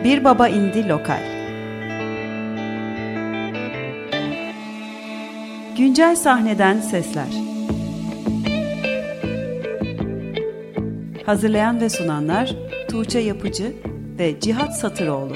Bir Baba İndi Lokal. Güncel sahneden sesler. Hazırlayan ve sunanlar Tuğçe Yapıcı ve Cihat Satıroğlu.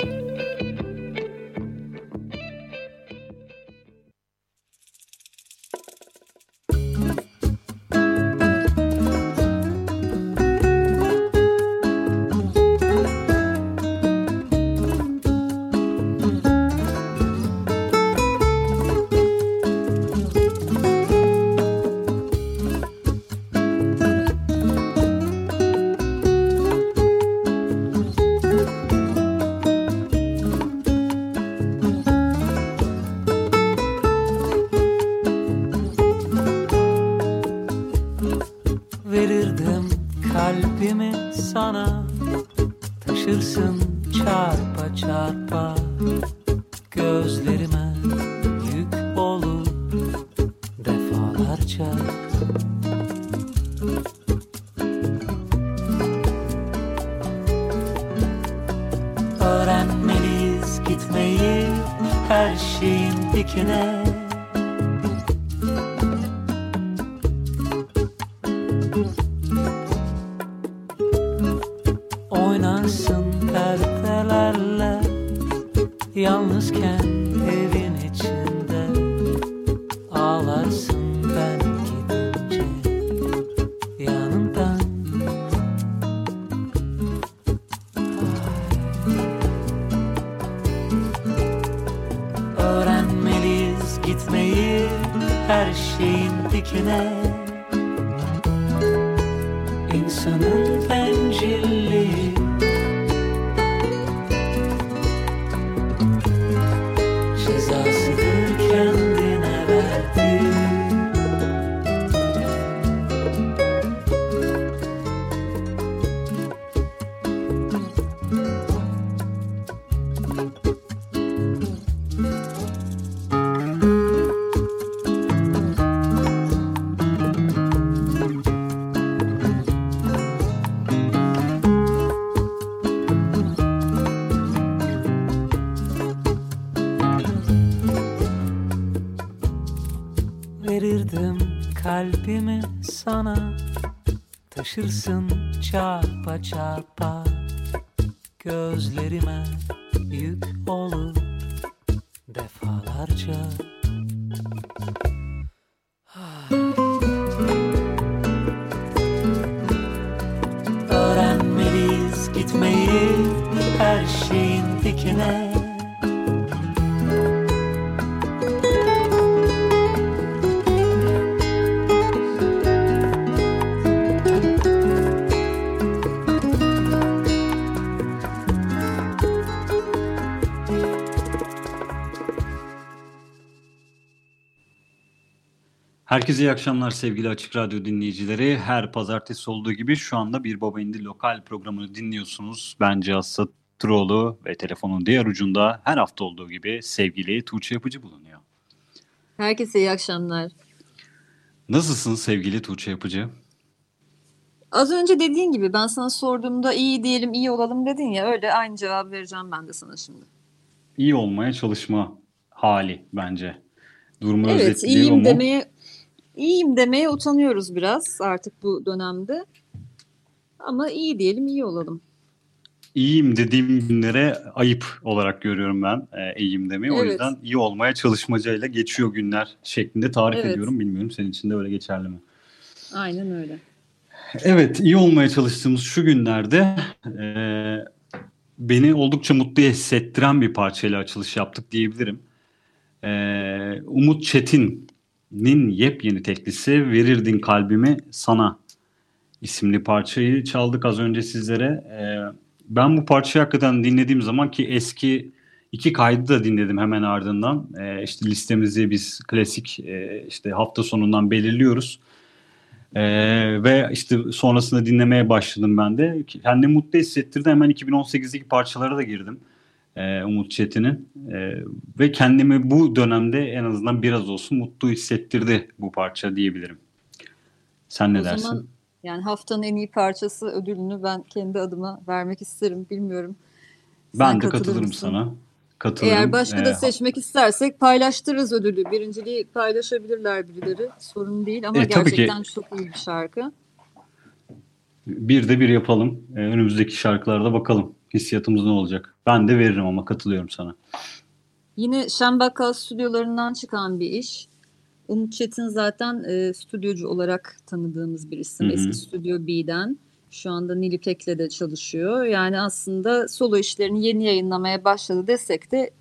Verirdim kalbimi sana, taşırsın çarpa çarpa, gözlerime yük olur defalarca. Öğrenmeliyiz gitmeyi her şeyin dikine. Oynarsın perdelerle, yalnızken evin içinde. Ağlarsın ben gidince yanımdan. Öğrenmeliyiz gitmeyi her şeyin dikine. İnsanın bencilliği cezasıdır kendine verdiği. Verirdim kalbimi sana, taşırsın çarpa çarpa, gözlerime yük olur defalarca. Öğrenmeliyiz gitmeyi her şeyin dikine. Herkese iyi akşamlar sevgili Açık Radyo dinleyicileri. Her pazartesi olduğu gibi şu anda Bir Baba İndi Lokal programını dinliyorsunuz. Ben Cihat Satıroğlu ve telefonun diğer ucunda her hafta olduğu gibi sevgili Tuğçe Yapıcı bulunuyor. Herkese iyi akşamlar. Nasılsın sevgili Tuğçe Yapıcı? Az önce dediğin gibi ben sana sorduğumda iyi diyelim, iyi olalım dedin ya, öyle aynı cevabı vereceğim ben de sana şimdi. İyi olmaya çalışma hali bence. Durumu Evet, özetliyor mu? iyiyim demeye utanıyoruz biraz artık bu dönemde. Ama iyi diyelim, iyi olalım. İyiyim dediğim günlere ayıp olarak görüyorum ben iyiyim demeyi. Evet. O yüzden iyi olmaya çalışmacayla geçiyor günler şeklinde tarif Evet. ediyorum. Bilmiyorum senin için de öyle geçerli mi? Aynen öyle. Evet, iyi olmaya çalıştığımız şu günlerde beni oldukça mutlu hissettiren bir parçayla açılış yaptık diyebilirim. Umut Çetin'in yepyeni teklisi Verirdin Kalbimi Sana isimli parçayı çaldık az önce sizlere. Ben bu parçayı hakikaten dinlediğim zaman, ki eski iki kaydı da dinledim hemen ardından. İşte listemizi biz klasik işte hafta sonundan belirliyoruz. Ve işte sonrasında dinlemeye başladım ben de. Kendimi mutlu hissettirdi. Hemen 2018'deki parçalara da girdim. Umut Çetin'in. Ve kendimi bu dönemde en azından biraz olsun mutlu hissettirdi bu parça diyebilirim. Sen ne dersin? O zaman yani haftanın en iyi parçası ödülünü ben kendi adıma vermek isterim. Bilmiyorum. Sen Ben de katılır katılırım mısın? sana. Eğer Katılırım. başka da seçmek istersek paylaştırırız ödülü. Birinciliği paylaşabilirler birileri. Sorun değil ama Tabii gerçekten ki çok iyi bir şarkı. bir de bir yapalım. Önümüzdeki şarkılarda bakalım hissiyatımız ne olacak. Ben de veririm ama katılıyorum sana. Yine Şen Bakkal stüdyolarından çıkan bir iş. Umut Çetin zaten stüdyocu olarak tanıdığımız bir Hı isim. Eski hı. Stüdyo B'den. Şu anda Nilüpek'le de çalışıyor. Yani aslında solo işlerini yeni yayınlamaya başladı desek de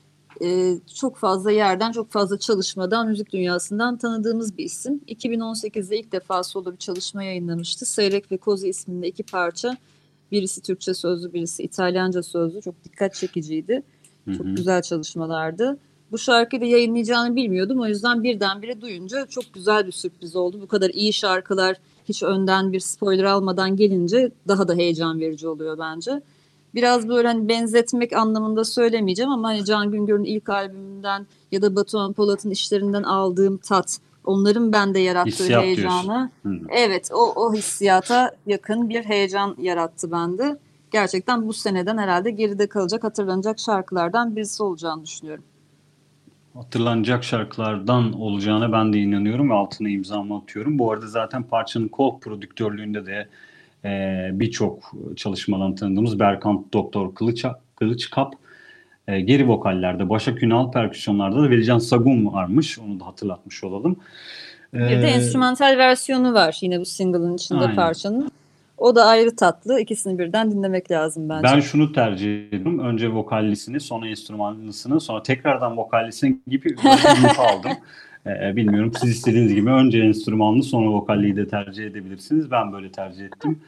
çok fazla yerden, çok fazla çalışmadan, müzik dünyasından tanıdığımız bir isim. 2018'de ilk defa solo bir çalışma yayınlamıştı. Seyrek ve Kozi isminde 2 parça. Birisi Türkçe sözlü, birisi İtalyanca sözlü. Çok dikkat çekiciydi. Hı Çok hı. güzel çalışmalardı. Bu şarkıyı da yayınlayacağını bilmiyordum. O yüzden birdenbire duyunca çok güzel bir sürpriz oldu. Bu kadar iyi şarkılar hiç önden bir spoiler almadan gelince daha da heyecan verici oluyor bence. Biraz böyle hani benzetmek anlamında söylemeyeceğim ama hani Can Güngör'ün ilk albümünden ya da Batuhan Polat'ın işlerinden aldığım tat, onların bende yarattığı Hissiyat diyorsun. heyecanı, Hı. evet o hissiyata yakın bir heyecan yarattı bende. Gerçekten bu seneden herhalde geride kalacak, hatırlanacak şarkılardan birisi olacağını düşünüyorum. Hatırlanacak şarkılardan olacağına ben de inanıyorum ve altına imzamı atıyorum. Bu arada zaten parçanın co-prodüktörlüğünde de birçok çalışmadan tanıdığımız Berkant Doktor Kılıçkap, geri vokallerde, Başak Ünal perküsyonlarda da Velican Sagum varmış. Onu da hatırlatmış olalım. Bir de E, enstrümantal versiyonu var yine bu single'ın içinde aynen. parçanın. O da ayrı tatlı. İkisini birden dinlemek lazım Ben bence. şunu tercih ediyorum. Önce vokallisini, sonra enstrümanlısını, sonra tekrardan vokallisini gibi böyle bir loop aldım. Bilmiyorum, siz istediğiniz gibi önce enstrümanlı sonra vokalliyi de tercih edebilirsiniz. Ben böyle tercih ettim.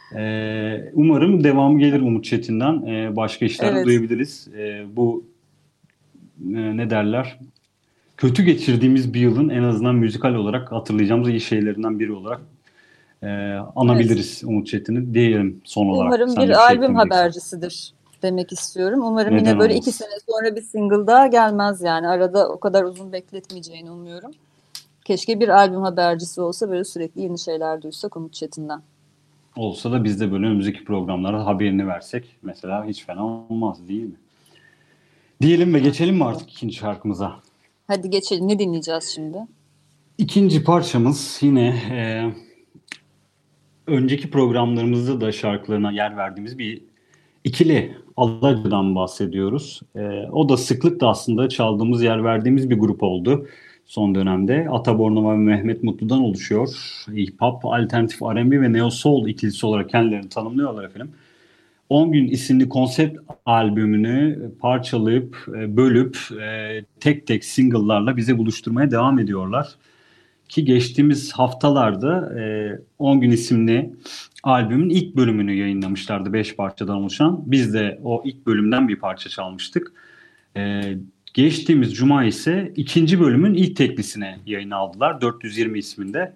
Umarım devamı gelir Umut Çetin'den. Başka işlerde Evet. duyabiliriz. Bu ne derler? Kötü geçirdiğimiz bir yılın en azından müzikal olarak hatırlayacağımız iyi şeylerinden biri olarak Evet. anabiliriz Umut Çetin'i diyelim son olarak. Umarım Sen de bir bir şey albüm ekleyeceksen. habercisidir demek istiyorum. Umarım Neden yine böyle 2 olmasın? sene sonra bir single daha gelmez yani. Arada o kadar uzun bekletmeyeceğini umuyorum. Keşke bir albüm habercisi olsa, böyle sürekli yeni şeyler duysak Umut Çetin'den. Olsa da biz de böyle önümüzdeki programlarda haberini versek mesela hiç fena olmaz değil mi? Diyelim ve geçelim mi artık ikinci şarkımıza? Hadi geçelim. Ne dinleyeceğiz şimdi? İkinci parçamız yine önceki programlarımızda da şarkılarına yer verdiğimiz bir ikili Alaca'dan bahsediyoruz. O da sıklıkla aslında çaldığımız, yer verdiğimiz bir grup oldu son dönemde. Ata Bornova ve Mehmet Mutlu'dan oluşuyor. Hip Hop, Alternatif R&B ve Neo Soul ikilisi olarak kendilerini tanımlıyorlar efendim. 10 Gün isimli konsept albümünü parçalayıp, bölüp, tek tek single'larla bize buluşturmaya devam ediyorlar. Ki geçtiğimiz haftalarda 10 Gün isimli albümün ilk bölümünü yayınlamışlardı 5 parçadan oluşan. Biz de o ilk bölümden bir parça çalmıştık. Geçtiğimiz cuma ise ikinci bölümün ilk teklisine yayın aldılar 420 isminde.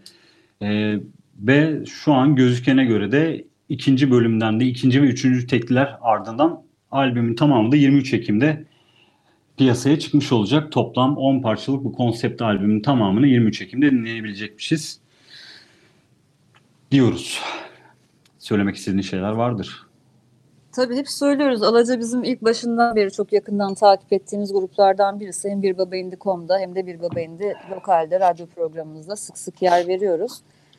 Ve şu an gözükene göre de ikinci bölümden de ikinci ve üçüncü tekliler ardından albümün tamamı da 23 Ekim'de piyasaya çıkmış olacak. Toplam 10 parçalık bu konsept albümün tamamını 23 Ekim'de dinleyebilecekmişiz diyoruz. Söylemek istediğin şeyler vardır. Tabii hep söylüyoruz. Alaca bizim ilk başından beri çok yakından takip ettiğimiz gruplardan birisi. Hem Bir Baba İndi.com'da hem de Bir Baba İndi lokalde radyo programımızda sık sık yer veriyoruz.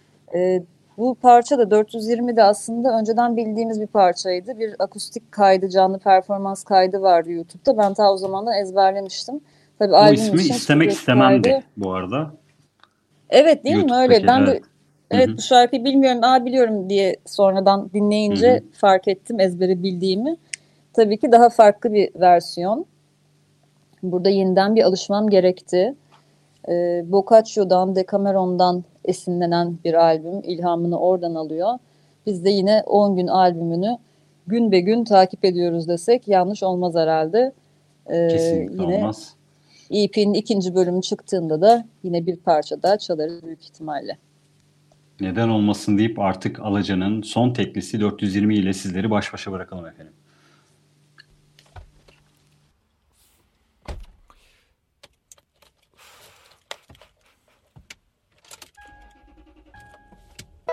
Bu parça da 420'de aslında önceden bildiğimiz bir parçaydı. Bir akustik kaydı, canlı performans kaydı vardı YouTube'da. Ben ta o zamandan ezberlemiştim. Tabii O albüm ismi için istemek stüdyo istemem kaydı. de bu arada. Evet değil mi? Öyle. YouTube'daki Ben evet. de evet bu şarkıyı bilmiyorum, biliyorum diye sonradan dinleyince fark ettim ezbere bildiğimi. Tabii ki daha farklı bir versiyon. Burada yeniden bir alışmam gerekti. Boccaccio'dan, Decameron'dan esinlenen bir albüm. İlhamını oradan alıyor. Biz de yine 10 gün albümünü gün be gün takip ediyoruz desek yanlış olmaz herhalde. Kesinlikle Yine olmaz. EP'nin ikinci bölümü çıktığında da yine bir parça daha çalarız büyük ihtimalle. Neden olmasın deyip artık Alaca'nın son teklisi 420 ile sizleri baş başa bırakalım efendim.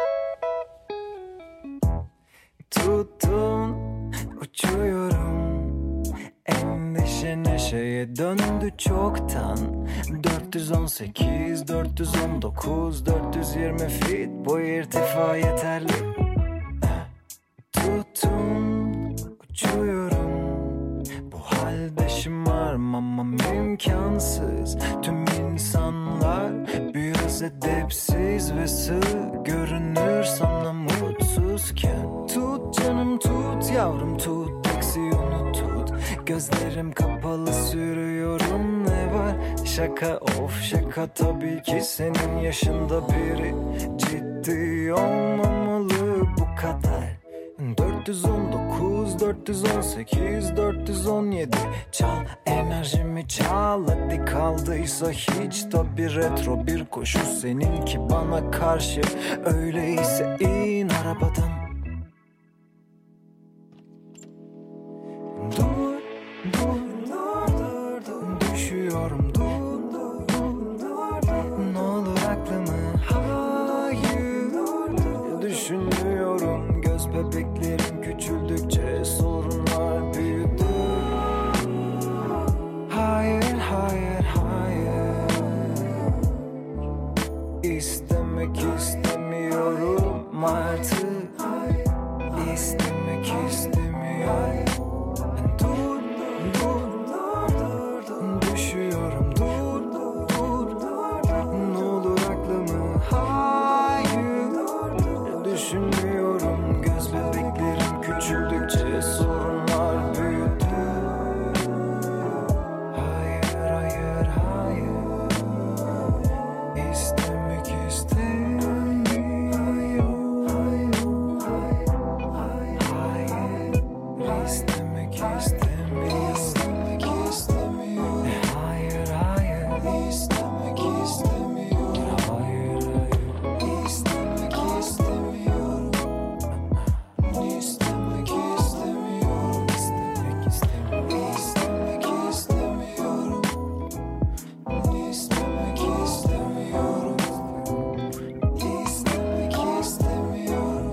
Tutun, uçuyorum. neşeye döndü çoktan. 418, 419, 420 feet, bu irtifa yeterli. Tutun, uçuyorum. Bu halde şımarmamam imkansız. Tüm insanlar biraz edepsiz ve sığ görünür sana mutsuzken. Tut canım tut yavrum tut, aksiyonu tut. Gözlerim kapalı sürüyorum, ne var? Şaka of şaka tabii ki, senin yaşında biri ciddi olmamalı bu kadar. 419, 418, 417, çal enerjimi çal, hadi kaldıysa hiç. Tabi retro bir koşu seninki bana karşı, öyleyse in arabadan. Dur, düşüyorum, ne olur aklımı hayır, düşünüyorum. Göz bebeklerim küçüldükçe sorunlar büyüdü. Hayır, hayır, hayır, İstemek istemiyorum artık. İstemek istemiyorum. Düşüyorum, ne olur aklımı hayır, düşünüyorum. Göz bebeklerim küçüldükçe sorunlar büyüdü. Hayır, hayır, hayır, İstemek istemiyorum. Hayır, İstemek istemiyorum. Hayır, hayır, İstemek istemiyorum. Hayır, İstemek istemiyorum. İstemek istemiyorum. İstemek istemiyorum. İstemek istemiyorum. İstemek istemiyorum. İstemek istemiyorum.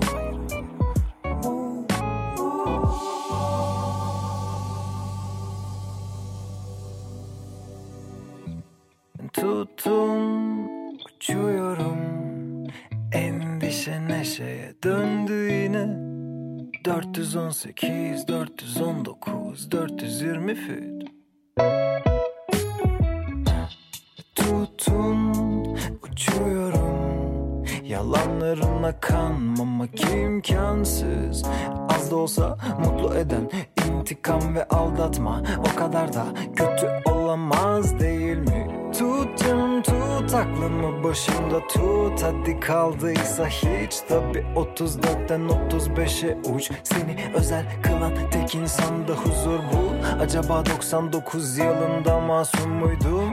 Tutun, uçuyorum. Endişe neşeye döndü yine. 418, 419, 420 feet. Tutun, uçuyorum. Yalanlarına kanmamak imkansız. Az da olsa mutlu eden intikam ve aldatma o kadar da kötü olamaz değil mi? Tut canım tut, aklımı başımda tut, hadi kaldıysa hiç. Tabi 34'ten 35'e uç, seni özel kılan tek insanda huzur bul. Acaba 99 yılında masum muydum?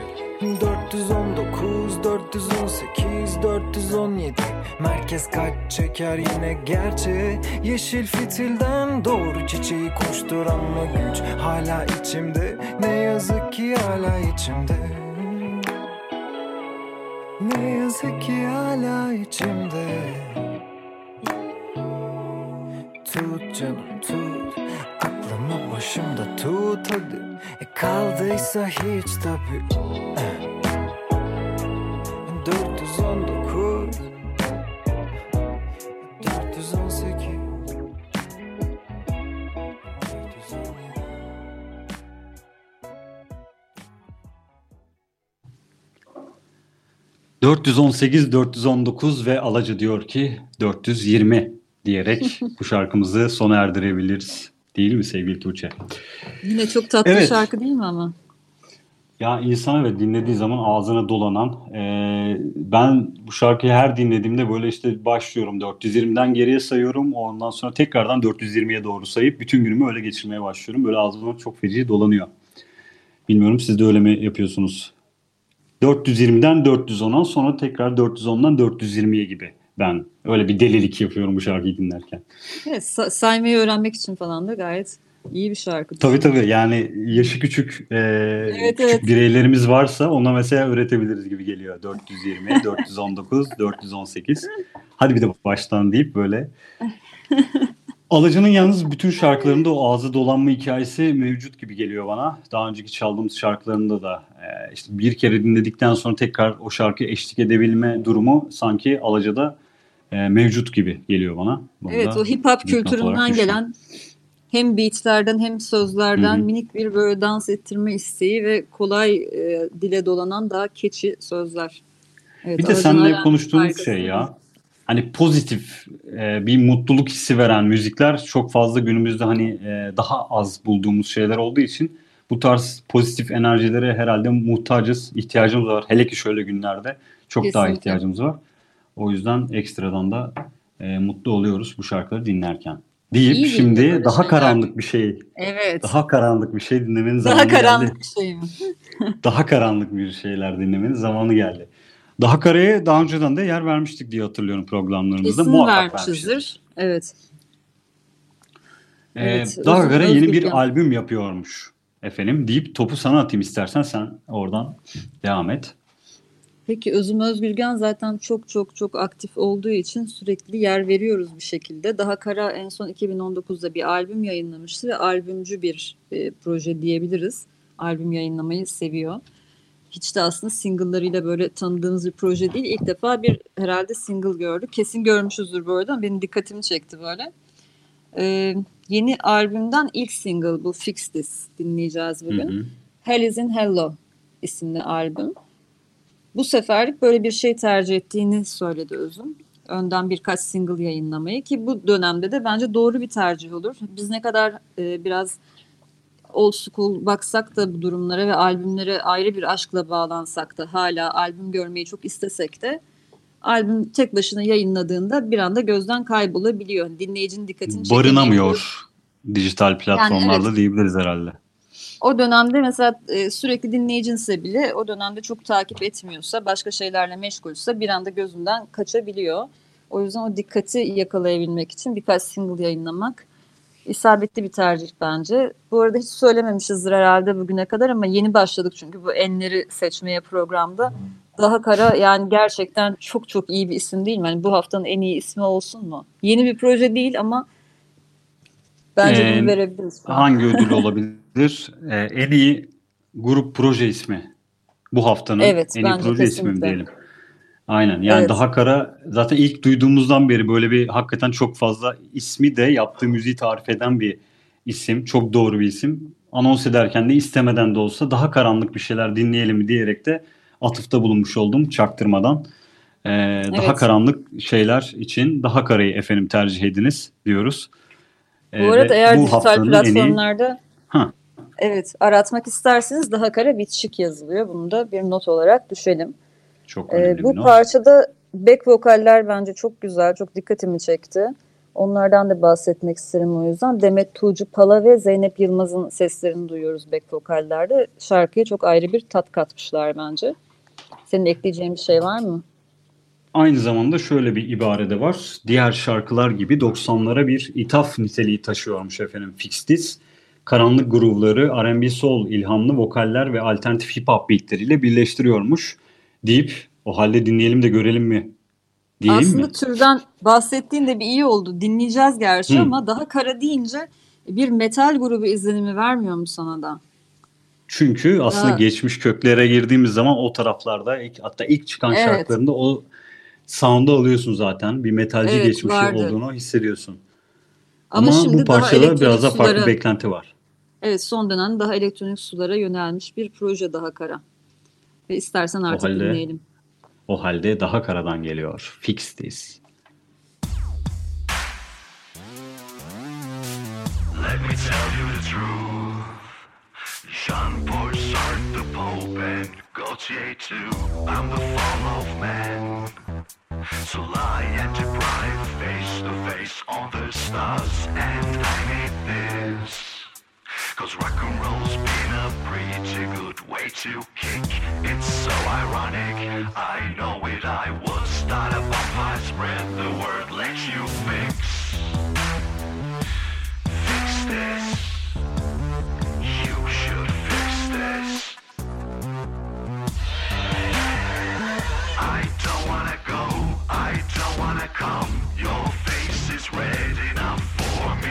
419, 418, 417, merkez kaç çeker yine gerçeğe. Yeşil fitilden doğru çiçeği koşturan o güç hala içimde, ne yazık ki hala içimde. Ne yazık ki hala içimde. Tut canım tut, aklımı başımda tut hadi. Kaldıysa hiç tabi. 419, 418, 417. 418, 419 ve Alacı diyor ki 420 diyerek bu şarkımızı sona erdirebiliriz. Değil mi sevgili Tuğçe? Yine çok tatlı Evet. şarkı değil mi ama? Ya insan evet dinlediği zaman ağzına dolanan. Ben bu şarkıyı her dinlediğimde böyle işte başlıyorum 420'den geriye sayıyorum. Ondan sonra tekrardan 420'ye doğru sayıp bütün günümü öyle geçirmeye başlıyorum. Böyle ağzıma çok feci dolanıyor. Bilmiyorum siz de öyle mi yapıyorsunuz? 420'den 410'a sonra tekrar 410'dan 420'ye gibi. Ben öyle bir delilik yapıyorum bu şarkıyı dinlerken. Evet, saymayı öğrenmek için falan da gayet iyi bir şarkı. Tabii yani yaşı küçük küçük bireylerimiz varsa ona mesela öğretebiliriz gibi geliyor. 420, 419, 418. Hadi bir de baştan deyip böyle Alacı'nın yalnız bütün şarkılarında o ağza dolanma hikayesi mevcut gibi geliyor bana. Daha önceki çaldığımız şarkılarında da işte bir kere dinledikten sonra tekrar o şarkıya eşlik edebilme durumu sanki Alacı'da mevcut gibi geliyor bana. Bunu Evet, da o hip hop dipnot olarak kültüründen düşün. gelen hem beatlerden hem sözlerden minik bir böyle dans ettirme isteği ve kolay dile dolanan daha catchy sözler. Evet, Bir de Alacı'nın seninle hala konuştuğumuz harikası. şey ya. Hani pozitif bir mutluluk hissi veren müzikler çok fazla günümüzde hani daha az bulduğumuz şeyler olduğu için bu tarz pozitif enerjilere herhalde muhtacız, ihtiyacımız var. Hele ki şöyle günlerde çok daha Kesinlikle. ihtiyacımız var. O yüzden ekstradan da mutlu oluyoruz bu şarkıları dinlerken. Deyip İyi geliyor şimdi böyle daha şeyler. karanlık bir şey, Evet. daha karanlık bir şey dinlemenin Daha zamanı geldi. karanlık bir şey mi? Daha karanlık bir şeyler dinlemenin zamanı geldi. Daha Kara'ya daha önceden de yer vermiştik diye hatırlıyorum programlarımızda. Kesin Muhakkak vermişizdir. Evet. Evet. Daha Kara yeni bir Özgürgen. albüm yapıyormuş efendim deyip topu sana atayım istersen sen oradan devam et. Peki Özüm Özgürgen zaten çok aktif olduğu için sürekli yer veriyoruz bir şekilde. Daha Kara en son 2019'da bir albüm yayınlamıştı ve albümcü bir proje diyebiliriz. Albüm yayınlamayı seviyor. Hiç de aslında single'larıyla böyle tanıdığımız bir proje değil. İlk defa bir herhalde single gördük. Kesin görmüşüzdür bu arada. Benim dikkatimi çekti böyle. Yeni albümden ilk single bu Fix This dinleyeceğiz bugün. Hell is in Hello isimli albüm. Bu seferlik böyle bir şey tercih ettiğini söyledi Özüm. Önden birkaç single yayınlamayı ki bu dönemde de bence doğru bir tercih olur. Biz ne kadar biraz old school baksak da bu durumlara ve albümlere ayrı bir aşkla bağlansak da hala albüm görmeyi çok istesek de albüm tek başına yayınladığında bir anda gözden kaybolabiliyor. Dinleyicinin dikkatini çekemiyor. Barınamıyor dijital platformlarda Yani evet. diyebiliriz herhalde. O dönemde mesela sürekli dinleyicinse bile o dönemde çok takip etmiyorsa, başka şeylerle meşgulse bir anda gözünden kaçabiliyor. O yüzden o dikkati yakalayabilmek için birkaç single yayınlamak isabetli bir tercih bence. Bu arada hiç söylememişizdir herhalde bugüne kadar ama yeni başladık çünkü bu enleri seçmeye programda. Daha Kara yani gerçekten çok iyi bir isim değil mi? Yani bu haftanın en iyi ismi olsun mu? Yeni bir proje değil ama bence bunu verebiliriz. Hangi ödül olabilir? En iyi grup proje ismi. Bu haftanın Evet, en iyi bence proje ismi mi kesinlikle. diyelim? Aynen. Yani Evet. Daha Kara zaten ilk duyduğumuzdan beri böyle bir hakikaten çok fazla ismi de yaptığı müziği tarif eden bir isim. Çok doğru bir isim. Anons ederken de istemeden de olsa daha karanlık bir şeyler dinleyelim mi diyerek de atıfta bulunmuş oldum çaktırmadan. Daha Evet. karanlık şeyler için Daha Kara'yı efendim tercih ediniz diyoruz. Bu arada eğer bu dijital haftanın en iyi- platformlarda Ha. evet aratmak isterseniz Daha Kara bitişik yazılıyor. Bunu da bir not olarak düşelim. Çok önemli Bu bir not. parçada back vokaller bence çok güzel, çok dikkatimi çekti. Onlardan da bahsetmek isterim o yüzden. Demet Tuğcu Pala ve Zeynep Yılmaz'ın seslerini duyuyoruz back vokallerde. Şarkıya çok ayrı bir tat katmışlar bence. Senin ekleyeceğin bir şey var mı? Aynı zamanda şöyle bir ibare de var. Diğer şarkılar gibi 90'lara bir ithaf niteliği taşıyormuş efendim Fix This. Karanlık groovları R&B soul ilhamlı vokaller ve alternatif hip hop beatleriyle birleştiriyormuş deyip o halde dinleyelim de görelim mi diyelim Aslında mi? türden bahsettiğin de bir iyi oldu. Dinleyeceğiz gerçi ama Daha Kara deyince bir metal grubu izlenimi vermiyor mu sana da? Çünkü aslında Ha. geçmiş köklere girdiğimiz zaman o taraflarda hatta ilk çıkan Evet. şarkılarında o sound'u alıyorsun zaten. Bir metalci Evet, geçmişi vardı. olduğunu hissediyorsun. Ama Ama şimdi bu daha parçada elektronik biraz da farklı sulara- bir beklenti var. Evet, son dönem daha elektronik sulara yönelmiş bir proje Daha Kara. Ve istersen artık halde- dinleyelim. O halde Daha Kara'dan geliyor. Fix This. Let me tell you the truth. Jean-Paul Sartre, the Pope, and Gautier too. I'm the fall of man. So lie and deprive face to face on the stars, and I need this. 'Cause rock and roll's been a pretty good way to kick. It's so ironic, I know it. I would start a bonfire, spread the word, let you fix this. You should fix this. I don't wanna go, I don't wanna come. Your face is red enough for me.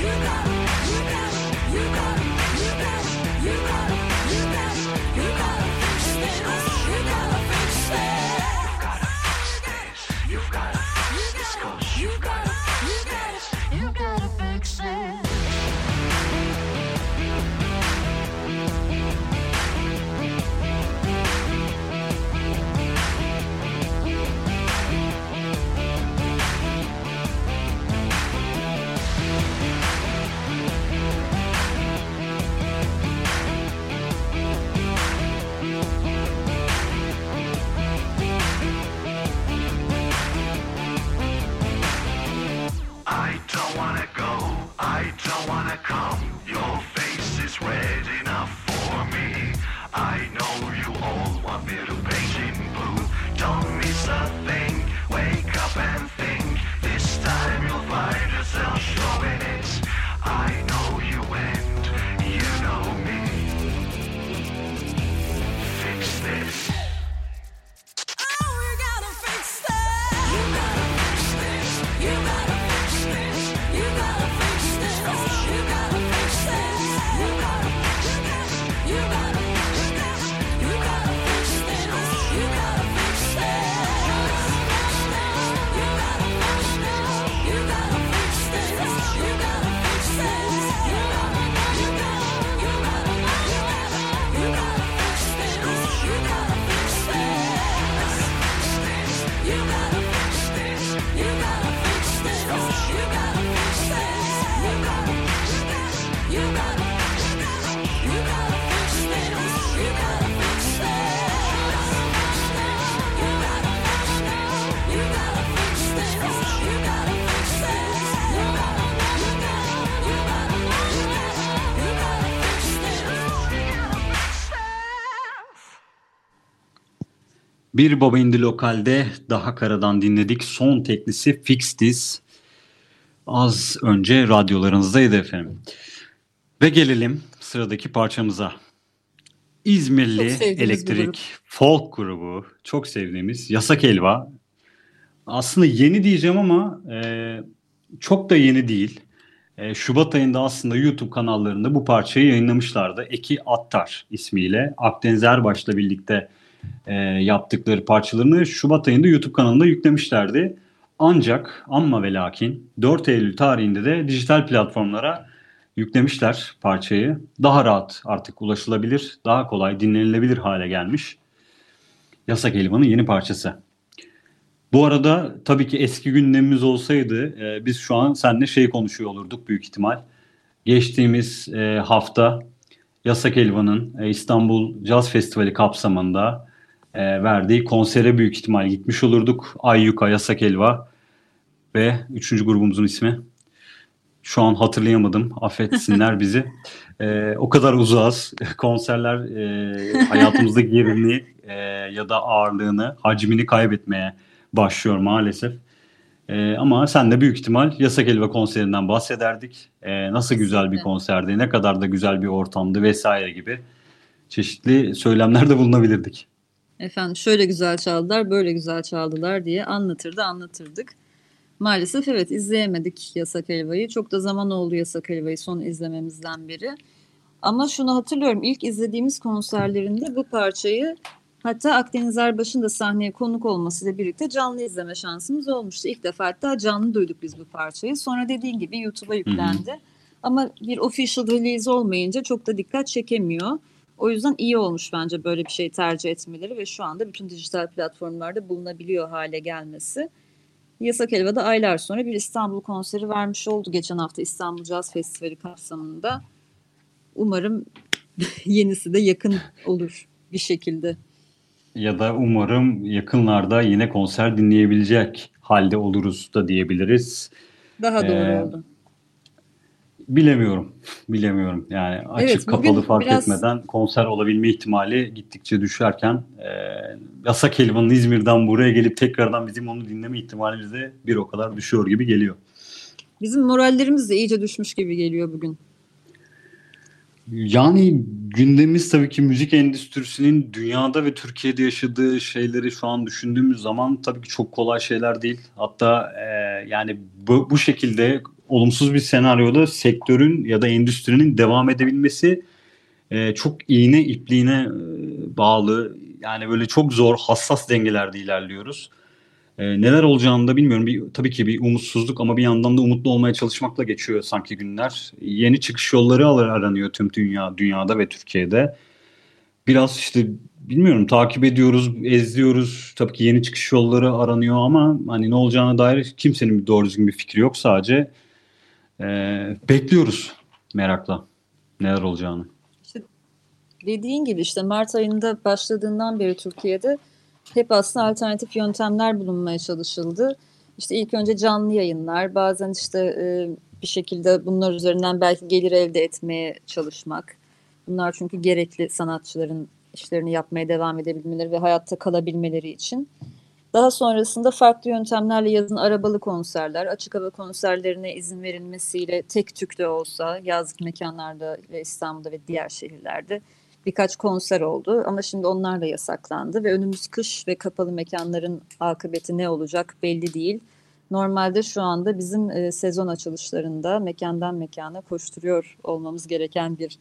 I don't wanna go, I don't wanna come. Your face is red enough for me. I know you all want me to paint in blue. Don't miss a thing, wake up and think. This time you'll find yourself showing it. I know you and you know me. Fix this. Bir Baba İndi Lokal'de daha karadan dinledik. Son teklisi Fix This. Az önce radyolarınızdaydı efendim. Ve gelelim sıradaki parçamıza. İzmirli Çok sevdiğimiz bir elektrik grup. folk grubu. Çok sevdiğimiz Yasak Elva. Aslında yeni diyeceğim ama çok da yeni değil. Şubat ayında aslında YouTube kanallarında bu parçayı yayınlamışlardı. Eki Attar ismiyle Akdeniz Erbaş'la birlikte yaptıkları parçalarını Şubat ayında YouTube kanalında yüklemişlerdi. Ancak amma ve lakin 4 Eylül tarihinde de dijital platformlara yüklemişler parçayı. Daha rahat artık ulaşılabilir, daha kolay dinlenilebilir hale gelmiş. Yasak Elvan'ın yeni parçası. Bu arada tabii ki eski gündemimiz olsaydı biz şu an seninle konuşuyor olurduk büyük ihtimal. Geçtiğimiz hafta Yasak Elvan'ın İstanbul Caz Festivali kapsamında verdiği konsere büyük ihtimal gitmiş olurduk. Ayyuka, Yasak Elva ve 3. grubumuzun ismi. Şu an hatırlayamadım. Affetsinler bizi. O kadar uzağız. Konserler hayatımızdaki yerini ya da ağırlığını, hacmini kaybetmeye başlıyor maalesef. Ama sen de büyük ihtimal Yasak Elva konserinden bahsederdik. Nasıl güzel bir konserdi, ne kadar da güzel bir ortamdı vesaire gibi çeşitli söylemlerde bulunabilirdik. Efendim şöyle güzel çaldılar, böyle güzel çaldılar diye anlatırdık. Maalesef evet izleyemedik Yasak Elva'yı. Çok da zaman oldu Yasak Elva'yı son izlememizden beri. Ama şunu hatırlıyorum, ilk izlediğimiz konserlerinde bu parçayı hatta Akdeniz Erbaş'ın da sahneye konuk olmasıyla birlikte canlı izleme şansımız olmuştu. İlk defa hatta canlı duyduk biz bu parçayı. Sonra dediğin gibi YouTube'a yüklendi. Ama bir official release olmayınca çok da dikkat çekemiyor. O yüzden iyi olmuş bence böyle bir şey tercih etmeleri ve şu anda bütün dijital platformlarda bulunabiliyor hale gelmesi. Yasak Elva'da aylar sonra bir İstanbul konseri vermiş oldu geçen hafta İstanbul Caz Festivali kapsamında. Umarım yenisi de yakın olur bir şekilde. Ya da umarım yakınlarda yine konser dinleyebilecek halde oluruz da diyebiliriz. Daha doğru oldu. Bilemiyorum. Yani açık Evet, kapalı fark biraz etmeden konser olabilme ihtimali gittikçe düşerken Yasak Elvan'ın İzmir'den buraya gelip tekrardan bizim onu dinleme ihtimalimiz de bir o kadar düşüyor gibi geliyor. bizim morallerimiz de iyice düşmüş gibi geliyor bugün. Yani gündemimiz tabii ki müzik endüstrisinin dünyada ve Türkiye'de yaşadığı şeyleri şu an düşündüğümüz zaman tabii ki çok kolay şeyler değil. Hatta yani bu şekilde olumsuz bir senaryoda sektörün ya da endüstrinin devam edebilmesi çok iğne ipliğine bağlı. Yani böyle çok zor, hassas dengelerde ilerliyoruz. Neler olacağını da bilmiyorum. Tabii ki bir umutsuzluk ama bir yandan da umutlu olmaya çalışmakla geçiyor sanki günler. Yeni çıkış yolları aranıyor tüm dünyada ve Türkiye'de. Biraz işte bilmiyorum, takip ediyoruz, izliyoruz. Tabii ki yeni çıkış yolları aranıyor ama hani ne olacağına dair kimsenin doğru düzgün bir fikri yok. Sadece bekliyoruz merakla neler olacağını. İşte dediğin gibi işte Mart ayında başladığından beri Türkiye'de hep aslında alternatif yöntemler bulunmaya çalışıldı. İşte ilk önce canlı yayınlar, bazen işte bir şekilde bunlar üzerinden belki gelir elde etmeye çalışmak. Bunlar çünkü gerekli sanatçıların işlerini yapmaya devam edebilmeleri ve hayatta kalabilmeleri için. Daha sonrasında farklı yöntemlerle yazın arabalı konserler, açık hava konserlerine izin verilmesiyle tek tük de olsa yazlık mekanlarda ve İstanbul'da ve diğer şehirlerde birkaç konser oldu. Ama şimdi onlar da yasaklandı ve önümüz kış ve kapalı mekanların akıbeti ne olacak belli değil. Normalde şu anda bizim sezon açılışlarında mekandan mekana koşturuyor olmamız gereken bir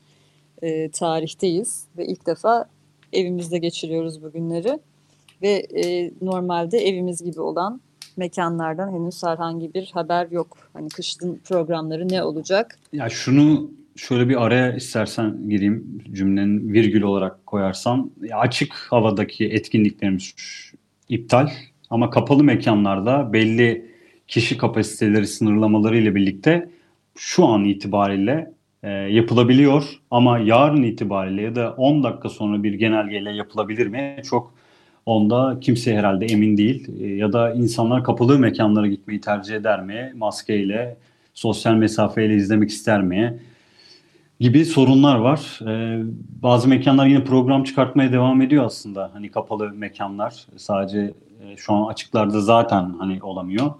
tarihteyiz ve ilk defa evimizde geçiriyoruz bu günleri ve normalde evimiz gibi olan mekanlardan henüz herhangi bir haber yok. Hani kışın programları ne olacak? Ya şunu şöyle bir araya istersen gireyim, cümlenin virgül olarak koyarsam. Ya açık havadaki etkinliklerimiz iptal ama kapalı mekanlarda belli kişi kapasiteleri sınırlamaları ile birlikte şu an itibariyle yapılabiliyor ama yarın itibariyle ya da 10 dakika sonra bir genelgeyle yapılabilir mi? Çok onda kimse herhalde emin değil. Ya da insanlar kapalı mekanlara gitmeyi tercih eder mi? Maskeyle, sosyal mesafeyle izlemek ister mi? Gibi sorunlar var. Bazı mekanlar yine program çıkartmaya devam ediyor aslında. Hani kapalı mekanlar sadece şu an açıklarda zaten hani olamıyor.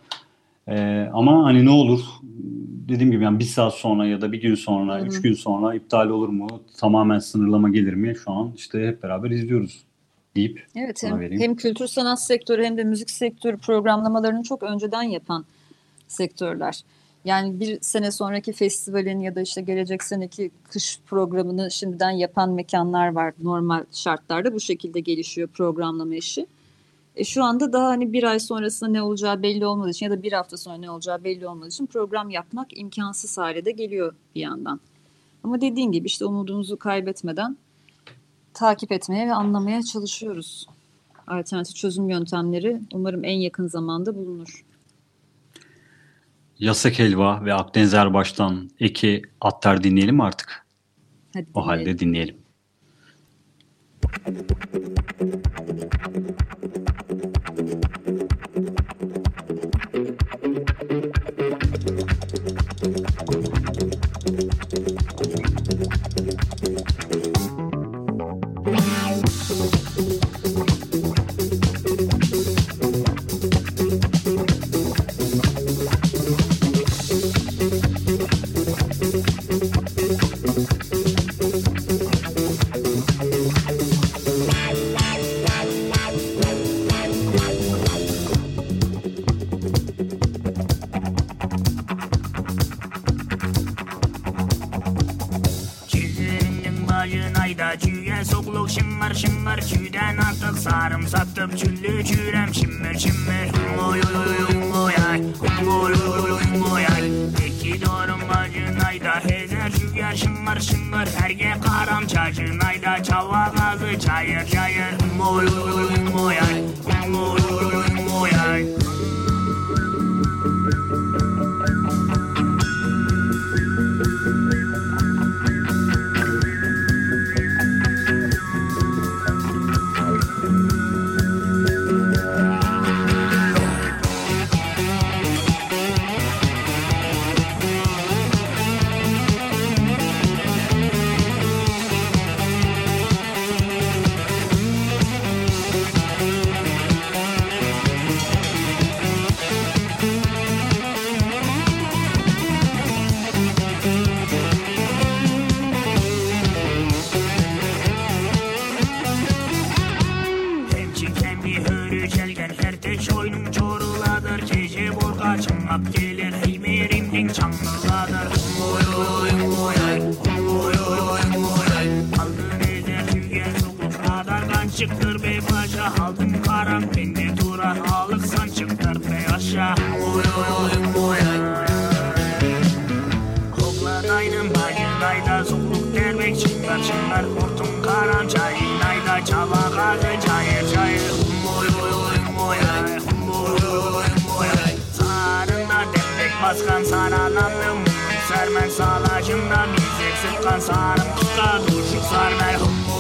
Ama hani ne olur, dediğim gibi yani bir saat sonra ya da bir gün sonra, 3 gün sonra iptal olur mu? Tamamen sınırlama gelir mi? Şu an işte hep beraber izliyoruz deyip evet, hem kültür sanat sektörü hem de müzik sektörü programlamalarını çok önceden yapan sektörler. Yani bir sene sonraki festivalin ya da işte gelecek seneki kış programını şimdiden yapan mekanlar var. Normal şartlarda bu şekilde gelişiyor programlama işi. Şu anda daha hani bir ay sonrasında ne olacağı belli olmadığı için ya da bir hafta sonra ne olacağı belli olmadığı için program yapmak imkansız hale de geliyor bir yandan. Ama dediğin gibi işte umudumuzu kaybetmeden takip etmeye ve anlamaya çalışıyoruz. Alternatif çözüm yöntemleri umarım en yakın zamanda bulunur. Yasak Helva ve Akdeniz Erbaş'tan Eki Attar dinleyelim mi artık? Hadi o halde dinleyelim. Sarımsaktım çüllü çürem şimmer şimmer oy oy oy ay oy oy oy ay iki doğrum bacın ayda hezer şüger şımmar şımmar herge karam çacın ayda çava gazı çayır çayır oy oy oy ay oy oy ay kadar Oy oy aldın eder tüyen sokup radardan çıktır bey paşa aldın karan beni durar alırsan çıktır bey aşağı Oy Kokladaydım bacıdayda sokuluk dermek çıngar hortum karan çayınayda çala gazı çayır Sarında demlik baskan saralandım Sermen salacımda bizek sıkkan sarım kıska duruşuk sarmer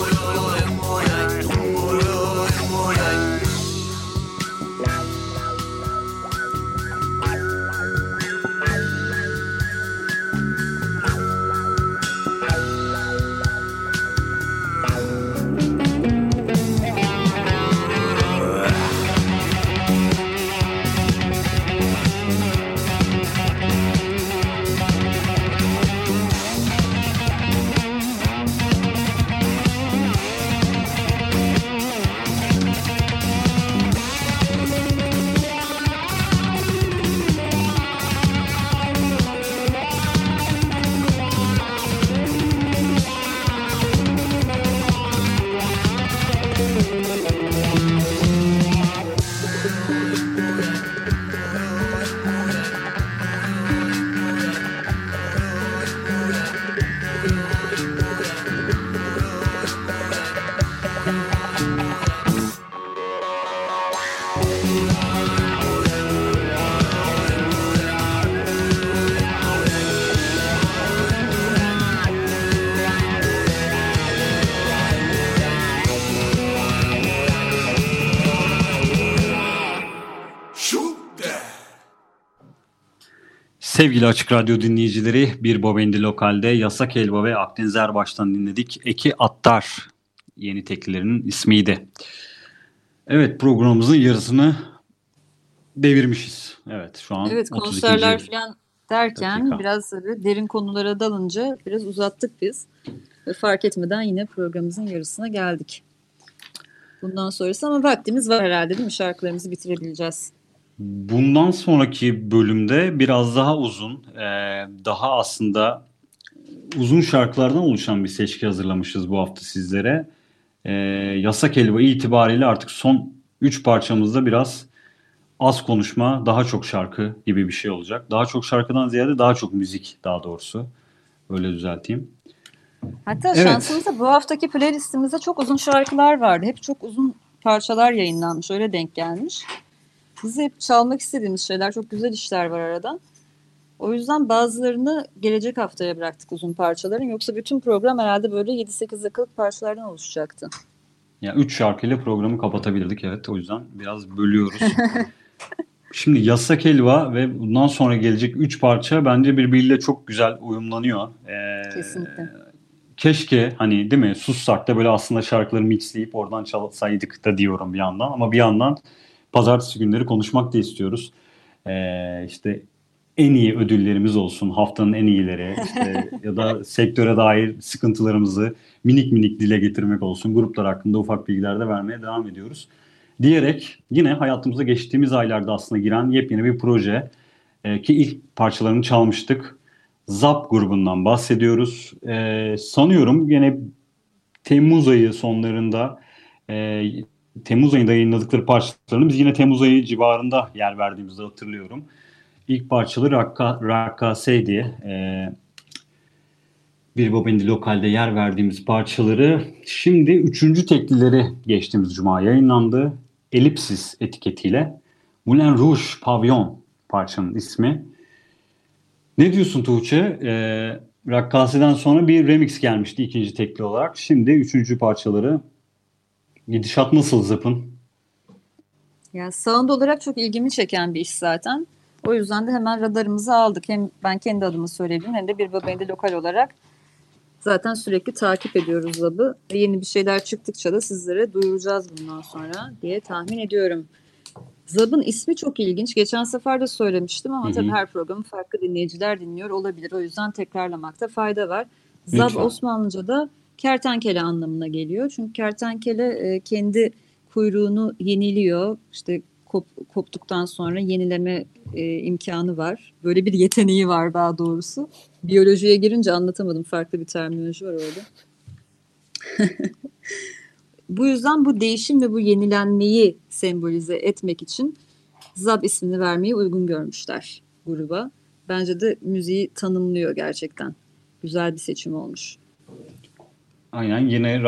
Sevgili Açık Radyo dinleyicileri, Bir Bobendi Lokal'de Yasak Elba ve Akdeniz Erbaş'tan dinledik. Eki Attar yeni teklilerinin ismiydi. Evet, programımızın yarısını devirmişiz. Evet, şu an Evet, 32. konserler falan derken dakika. biraz tabii derin konulara dalınca biraz uzattık biz. Ve fark etmeden yine programımızın yarısına geldik. Bundan sonrası ama vaktimiz var herhalde değil mi? Şarkılarımızı bitirebileceğiz. Bundan sonraki bölümde biraz daha uzun, daha aslında uzun şarkılardan oluşan bir seçki hazırlamışız bu hafta sizlere. Yasak Elba itibariyle artık son 3 parçamızda biraz az konuşma, daha çok şarkı gibi bir şey olacak. Daha çok şarkıdan ziyade daha çok müzik, daha doğrusu. Öyle düzelteyim. Hatta Evet. şansımızda bu haftaki playlistimizde çok uzun şarkılar vardı. Hep çok uzun parçalar yayınlanmış. Öyle denk gelmiş. Biz hep çalmak istediğimiz şeyler, çok güzel işler var arada. O yüzden bazılarını gelecek haftaya bıraktık uzun parçaların. Yoksa bütün program herhalde böyle 7-8 dakikalık parçalardan oluşacaktı. Ya 3 şarkıyla programı kapatabilirdik, evet. O yüzden biraz bölüyoruz. Şimdi Yasak Elba ve bundan sonra gelecek 3 parça bence birbiriyle çok güzel uyumlanıyor. Kesinlikle. Keşke hani değil mi sussak da böyle aslında şarkıları mixleyip oradan çalsaydık da diyorum bir yandan. Ama bir yandan pazartesi günleri konuşmak da istiyoruz. İşte en iyi ödüllerimiz olsun, haftanın en iyileri işte ya da sektöre dair sıkıntılarımızı minik minik dile getirmek olsun. Gruplar hakkında ufak bilgiler de vermeye devam ediyoruz. Diyerek yine hayatımıza geçtiğimiz aylarda aslında giren yepyeni bir proje ki ilk parçalarını çalmıştık. Zap grubundan bahsediyoruz. Sanıyorum yine Temmuz ayı sonlarında Temmuz ayında yayınladıkları parçalarını biz yine Temmuz ayı civarında yer verdiğimizi hatırlıyorum. İlk parçaları Rakkase diye Bir Bobendi Lokal'de yer verdiğimiz parçaları. Şimdi 3. teklileri geçtiğimiz cuma yayınlandı. Elipsis etiketiyle. Moulin Rouge Pavillon parçanın ismi. Ne diyorsun Tuğçe? Rakkase'den sonra bir remix gelmişti ikinci tekli olarak. Şimdi 3. parçaları. Gidişat nasıl Zap'ın? Ya sound olarak çok ilgimi çeken bir iş zaten. O yüzden de hemen radarımızı aldık. Hem ben kendi adımı söyleyebilirim hem de Bir Bobendi Lokal olarak zaten sürekli takip ediyoruz Lab'ı. Ve yeni bir şeyler çıktıkça da sizlere duyuracağız bundan sonra diye tahmin ediyorum. Zab'ın ismi çok ilginç. Geçen sefer de söylemiştim ama tabii her programı farklı dinleyiciler dinliyor olabilir. O yüzden tekrarlamakta fayda var. Zab Lütfen. Osmanlıca'da kertenkele anlamına geliyor. Çünkü kertenkele kendi kuyruğunu yeniliyor. İşte koptuktan sonra yenileme imkanı var. Böyle bir yeteneği var daha doğrusu. Biyolojiye girince anlatamadım. Farklı bir terminoloji var orada. Bu yüzden bu değişim ve bu yenilenmeyi sembolize etmek için Zab ismini vermeyi uygun görmüşler gruba. Bence de müziği tanımlıyor gerçekten. Güzel bir seçim olmuş. Aynen, yine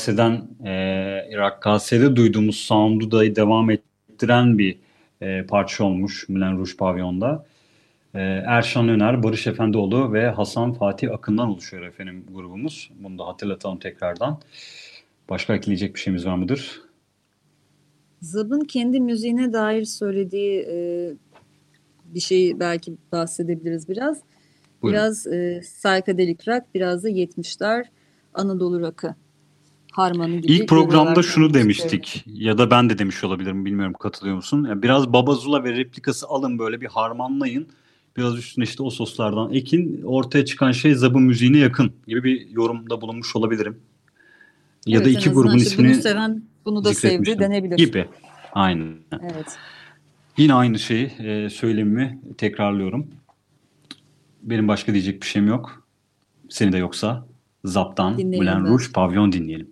Rakkasede duyduğumuz sound'u da devam ettiren bir parça olmuş Moulin Rouge Pavyon'da. Erşan Öner, Barış Efendioğlu ve Hasan Fatih Akın'dan oluşuyor efendim grubumuz. Bunu da hatırlatalım tekrardan. Başka ekleyecek bir şeyimiz var mıdır? Zab'ın kendi müziğine dair söylediği bir şeyi belki bahsedebiliriz biraz. Buyurun. Biraz psychedelic rock, biraz da 70'ler Anadolu rock'ı harmanı gibi. İlk programda şunu demiştik ya da ben de demiş olabilirim, bilmiyorum katılıyor musun? Yani biraz Baba Zula ve replikası alın, böyle bir harmanlayın. Biraz üstüne işte o soslardan ekin. Ortaya çıkan şey Zab'ın müziğine yakın gibi bir yorumda bulunmuş olabilirim. Ya da iki grubun ismini bunu seven, bunu da sevdi denebilir. Gibi. Aynen. Evet. Yine aynı şeyi söylemimi tekrarlıyorum. Benim başka diyecek bir şeyim yok. Senin de yoksa Zab'dan Moulin Rouge Pavyon dinleyelim.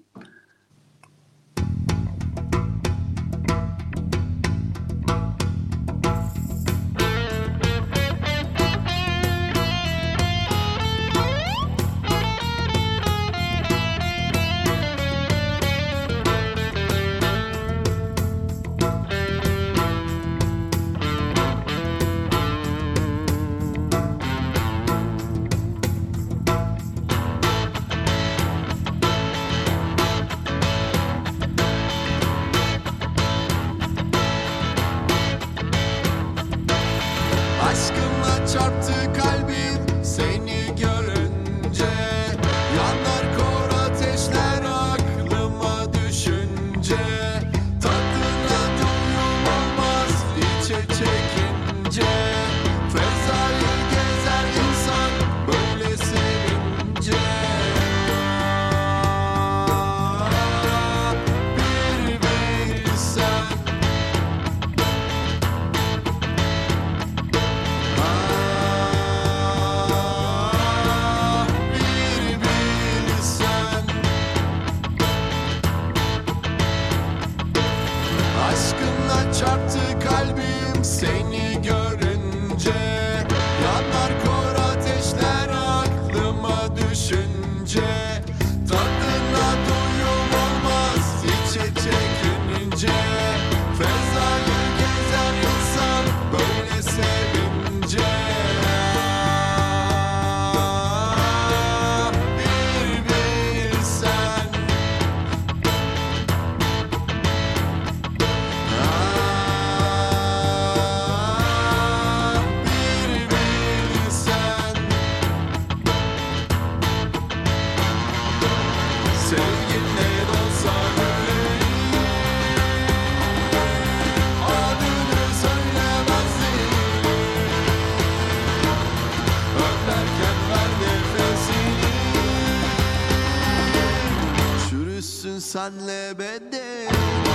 Senle beden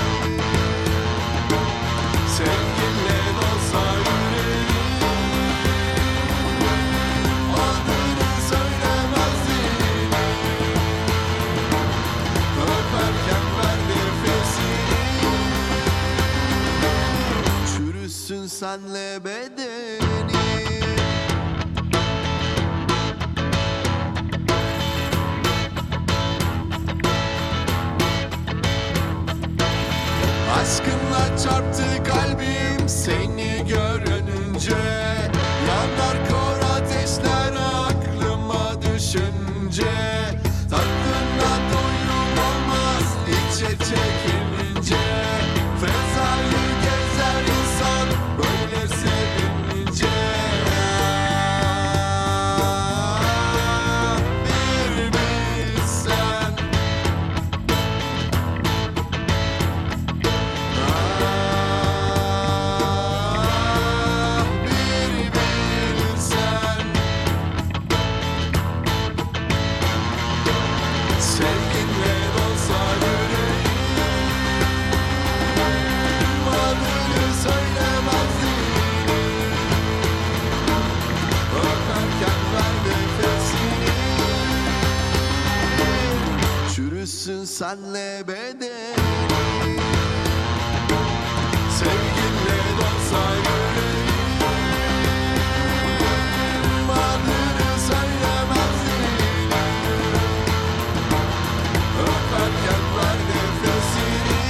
sevginle dolsa yüreğim, adını söylemezdim. Öperken ver nefesini, çürüsün senle bedeni. Aşkınla çarptı kalbim seni görünce, yanar kor ateşler aklıma düşünce. Tatlına doyum olmaz içe çekilince, fezayı gezer insan böyle sevince. senle bedeni. Sevginle dolsa yüreğim, adını söylemezdim. Öperken ver nefesini,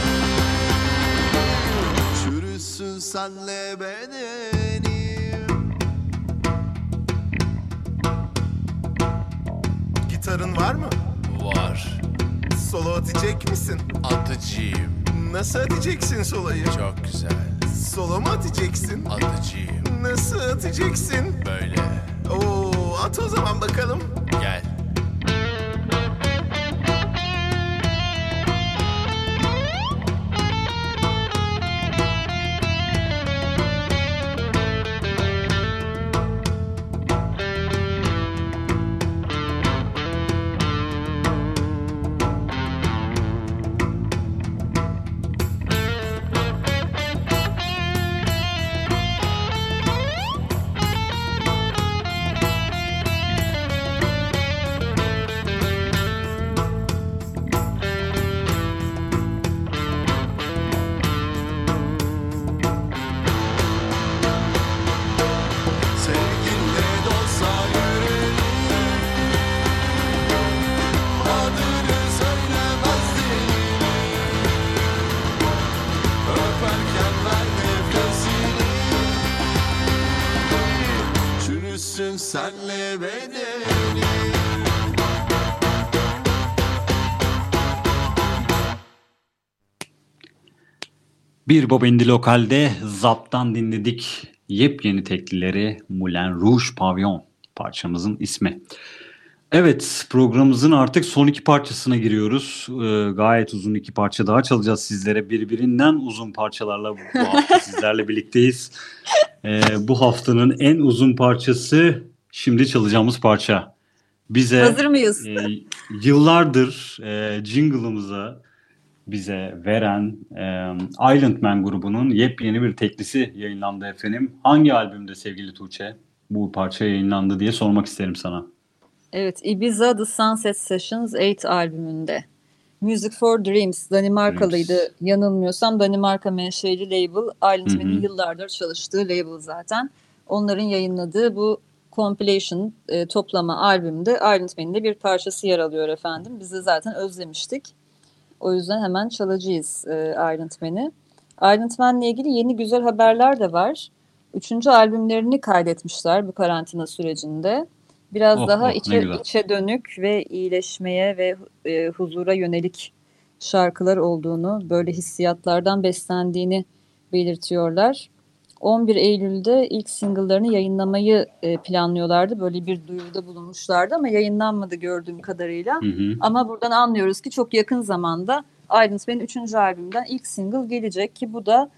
çürüsün senle bedenim. Gitarın var mı? Var. Solo atacak mısın? Atıcıyım. Nasıl atacaksın soloyu? Çok güzel. Solo mu atacaksın? Atıcıyım. Nasıl atacaksın? Böyle. Oo, at o zaman bakalım. Gel. Sevginle dolsa yüreğim, adını söylemezdim. Öperken ver nefesini, çürüsün senle bedeni. Bir Bobendi Lokal'de Zap'tan dinledik yepyeni teklileri Moulin Rouge Pavillon parçamızın ismi. Evet, programımızın artık son iki parçasına giriyoruz. Gayet uzun iki parça daha çalacağız sizlere. Birbirinden uzun parçalarla bu hafta sizlerle birlikteyiz. Bu haftanın en uzun parçası şimdi çalacağımız parça. Bize Hazır mıyız? Yıllardır jingle'ımıza bize veren Island Man grubunun yepyeni bir teklisi yayınlandı efendim. Hangi albümde sevgili Tuğçe bu parça yayınlandı diye sormak isterim sana. Evet, Ibiza The Sunset Sessions 8 albümünde. Music for Dreams, Danimarkalıydı. Yanılmıyorsam Danimarka menşeli label. Island Man'in yıllardır çalıştığı label zaten. Onların yayınladığı bu compilation toplama albümde Island Man'in de bir parçası yer alıyor efendim. Biz de zaten özlemiştik. O yüzden hemen çalacağız Island Man'i. Island Man'le ilgili yeni güzel haberler de var. 3. albümlerini kaydetmişler bu karantina sürecinde. Biraz daha içe dönük ve iyileşmeye ve huzura yönelik şarkılar olduğunu, böyle hissiyatlardan beslendiğini belirtiyorlar. 11 Eylül'de ilk single'larını yayınlamayı planlıyorlardı. Böyle bir duyuruda bulunmuşlardı ama yayınlanmadı gördüğüm kadarıyla. Ama buradan anlıyoruz ki çok yakın zamanda Island Man'in 3. albümünden ilk single gelecek ki bu da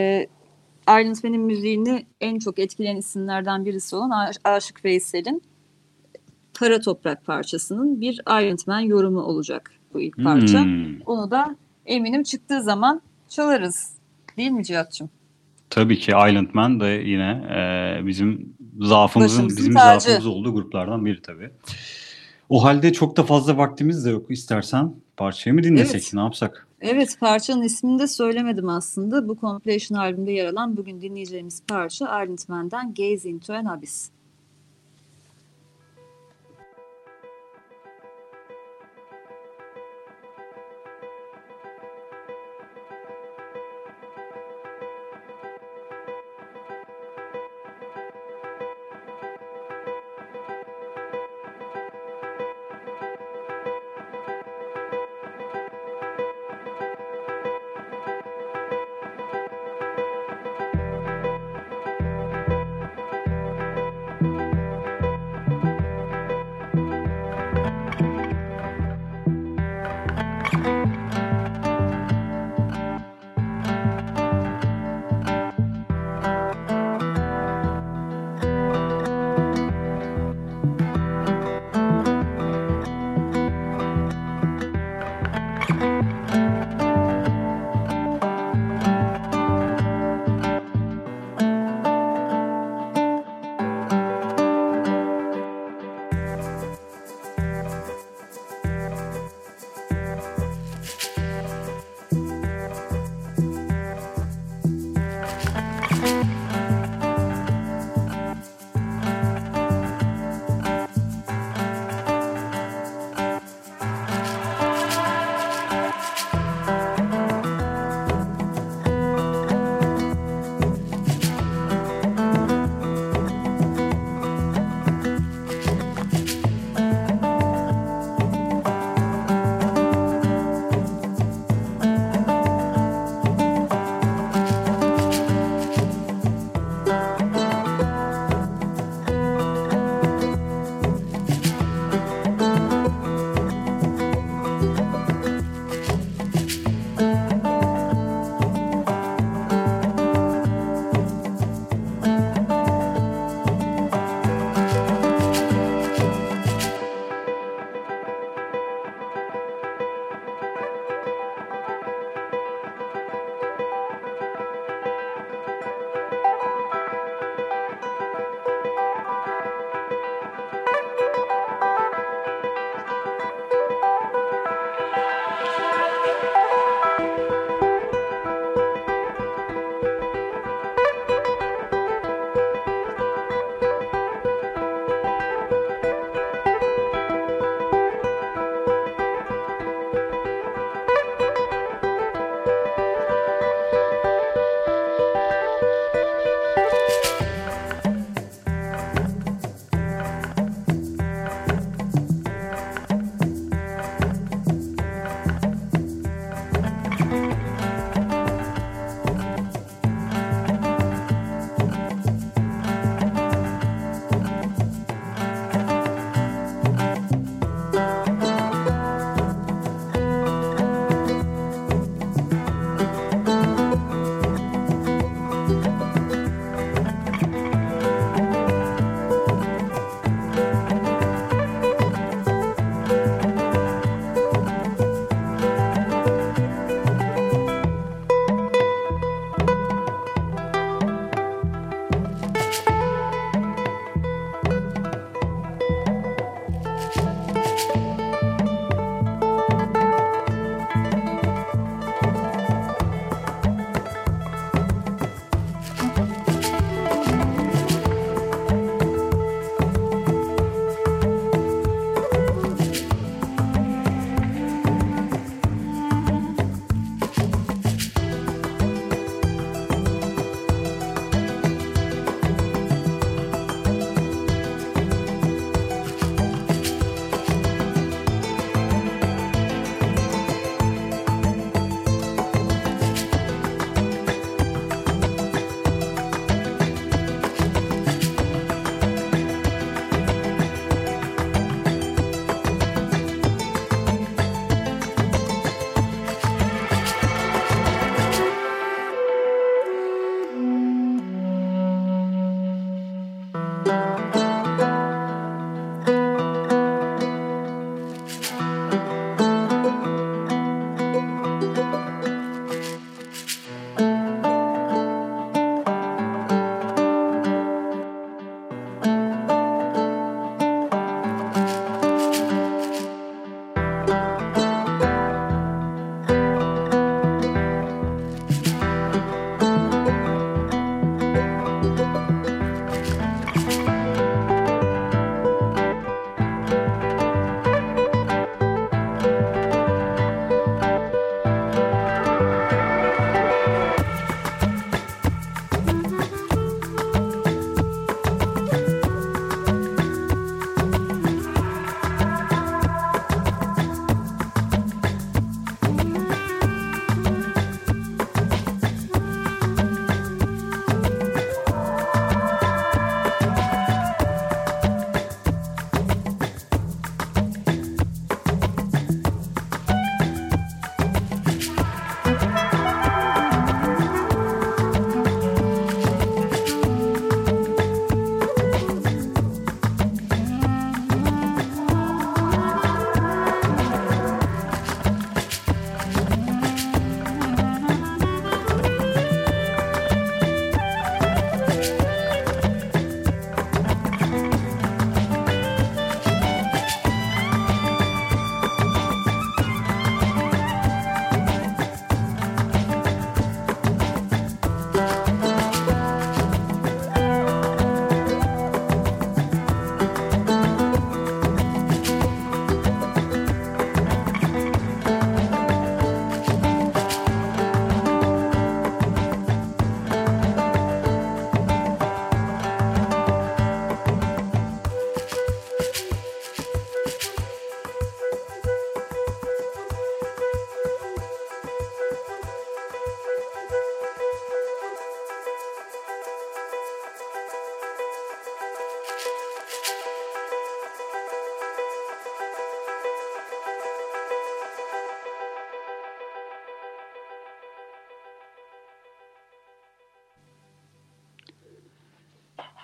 Island Man'in müziğini en çok etkileyen isimlerden birisi olan Aşık Veysel'in Kara Toprak parçasının bir Island Man yorumu olacak bu ilk parça. Onu da eminim çıktığı zaman çalarız. Değil mi Cihat'cığım? Tabii ki Island Man da yine bizim zaafımızın olduğu gruplardan biri tabii. O halde çok da fazla vaktimiz de yok. İstersen parçayı mı dinlesek? Evet. Ne yapsak? Evet, parçanın ismini de söylemedim aslında. Bu compilation albümde yer alan bugün dinleyeceğimiz parça Island Man'den Gaze Into an Abyss.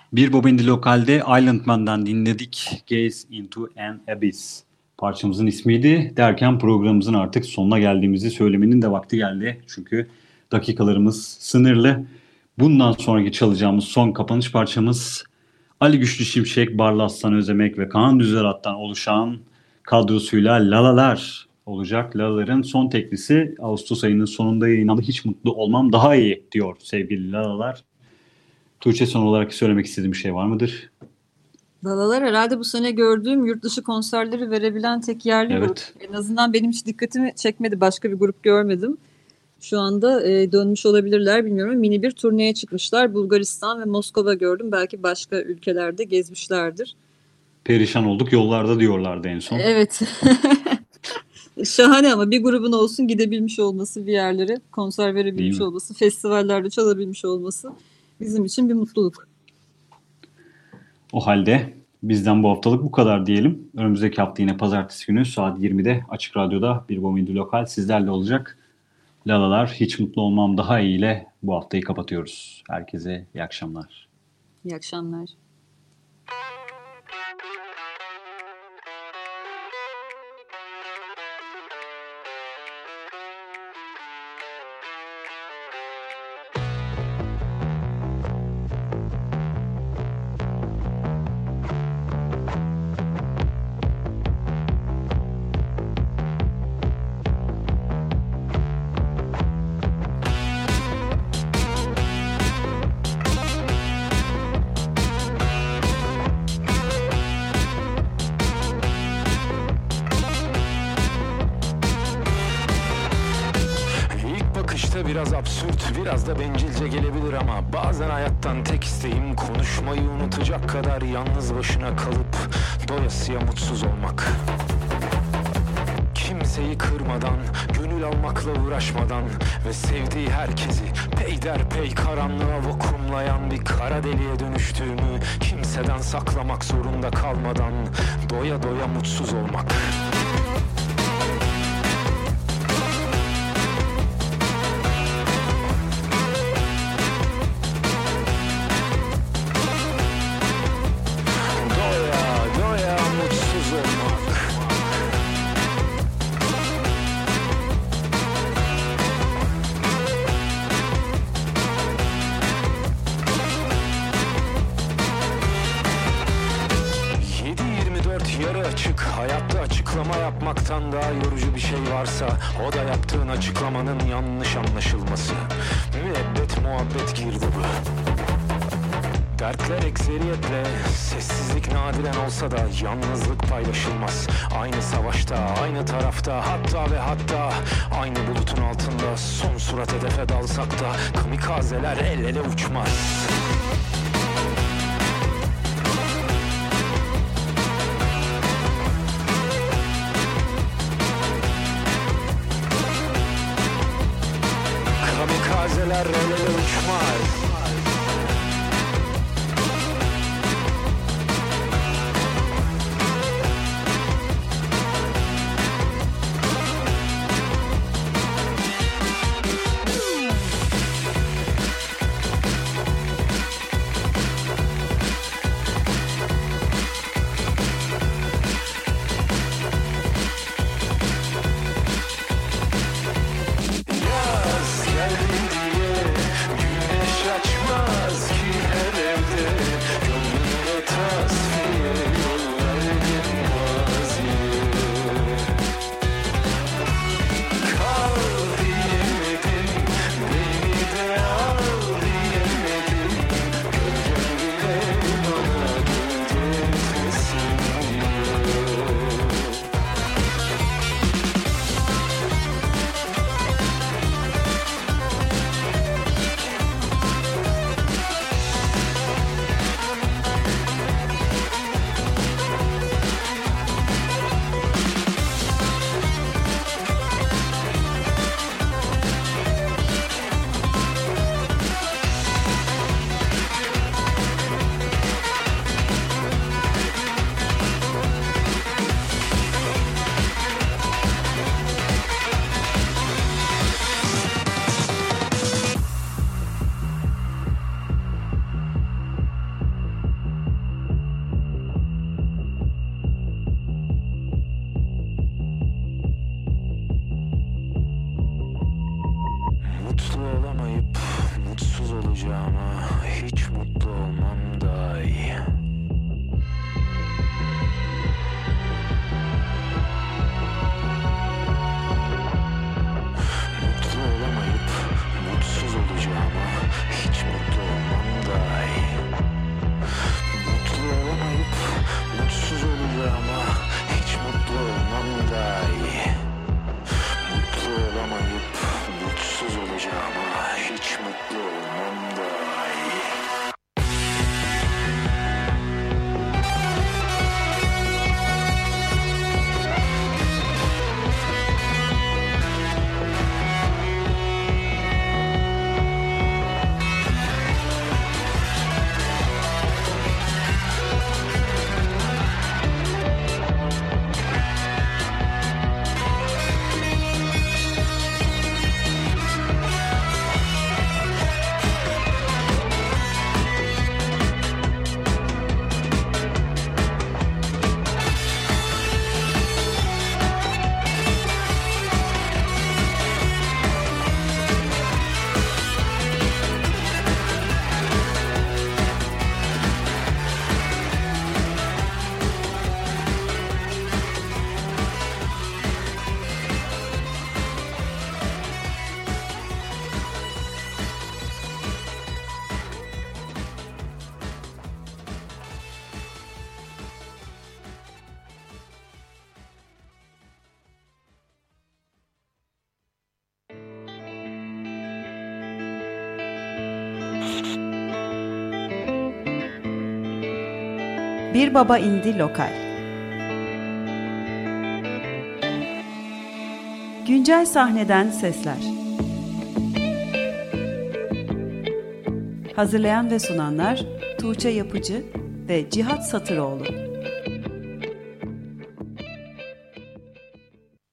Bir Bobindi Lokal'de Island Man'dan dinledik. Gaze into an Abyss parçamızın ismiydi. Derken programımızın artık sonuna geldiğimizi söylemenin de vakti geldi. Çünkü dakikalarımız sınırlı. Bundan sonraki çalacağımız son kapanış parçamız Ali Güçlü Şimşek, Barla Aslan Özemek ve Kaan Düzerat'tan oluşan kadrosuyla Lalalar olacak. Lalaların son teklisi Ağustos ayının sonunda yayınlandı. Hiç mutlu olmam daha iyi diyor sevgili Lalalar. Tuğçe, son olarak söylemek istediğim bir şey var mıdır? Lalalar herhalde bu sene gördüğüm yurt dışı konserleri verebilen tek yerli grup. En azından benim hiç dikkatimi çekmedi. Başka bir grup görmedim. Şu anda dönmüş olabilirler bilmiyorum. Mini bir turneye çıkmışlar. Bulgaristan ve Moskova gördüm. Belki başka ülkelerde gezmişlerdir. Perişan olduk yollarda diyorlardı en son. Evet. Şahane ama bir grubun olsun gidebilmiş olması, bir yerlere konser verebilmiş olması, festivallerde çalabilmiş olması bizim için bir mutluluk. O halde bizden bu haftalık bu kadar diyelim. Önümüzdeki hafta yine pazartesi günü saat 20'de Açık Radyo'da bir Bobindi Lokal sizlerle olacak. Lalalar Hiç Mutlu Olmam Daha İyi ile bu haftayı kapatıyoruz. Herkese iyi akşamlar. İyi akşamlar. Biraz absürt, biraz da bencilce gelebilir ama bazen hayattan tek isteğim konuşmayı unutacak kadar yalnız başına kalıp doyasıya mutsuz olmak. Kimseyi kırmadan, gönül almakla uğraşmadan ve sevdiği herkesi peyderpey karanlığa vakumlayan bir kara deliğe dönüştüğümü kimseden saklamak zorunda kalmadan doya doya mutsuz olmak. Hayatta açıklama yapmaktan daha yorucu bir şey varsa o da yaptığın açıklamanın yanlış anlaşılması. Müebbet muhabbet girdi bu. Dertler ekseriyetle, sessizlik nadiren olsa da yalnızlık paylaşılmaz. Aynı savaşta, aynı tarafta, hatta ve hatta aynı bulutun altında son surat hedefe dalsak da kamikazeler el ele uçmaz. Kamikazeler el ele uçmaz. Mutlu olamayıp mutsuz olacağıma hiç mutlu olmam daha iyi. Mutlu olamayıp mutsuz olacağıma hiç mutlu olmam daha iyi. Mutlu olamayıp mutsuz olacağıma hiç mutlu olmam daha iyi. Mutlu olamayıp mutsuz olacağıma hiç mutlu olmam daha iyi. Bir Baba İndi Lokal. Güncel sahneden sesler. Hazırlayan ve sunanlar Tuğçe Yapıcı ve Cihat Satıroğlu.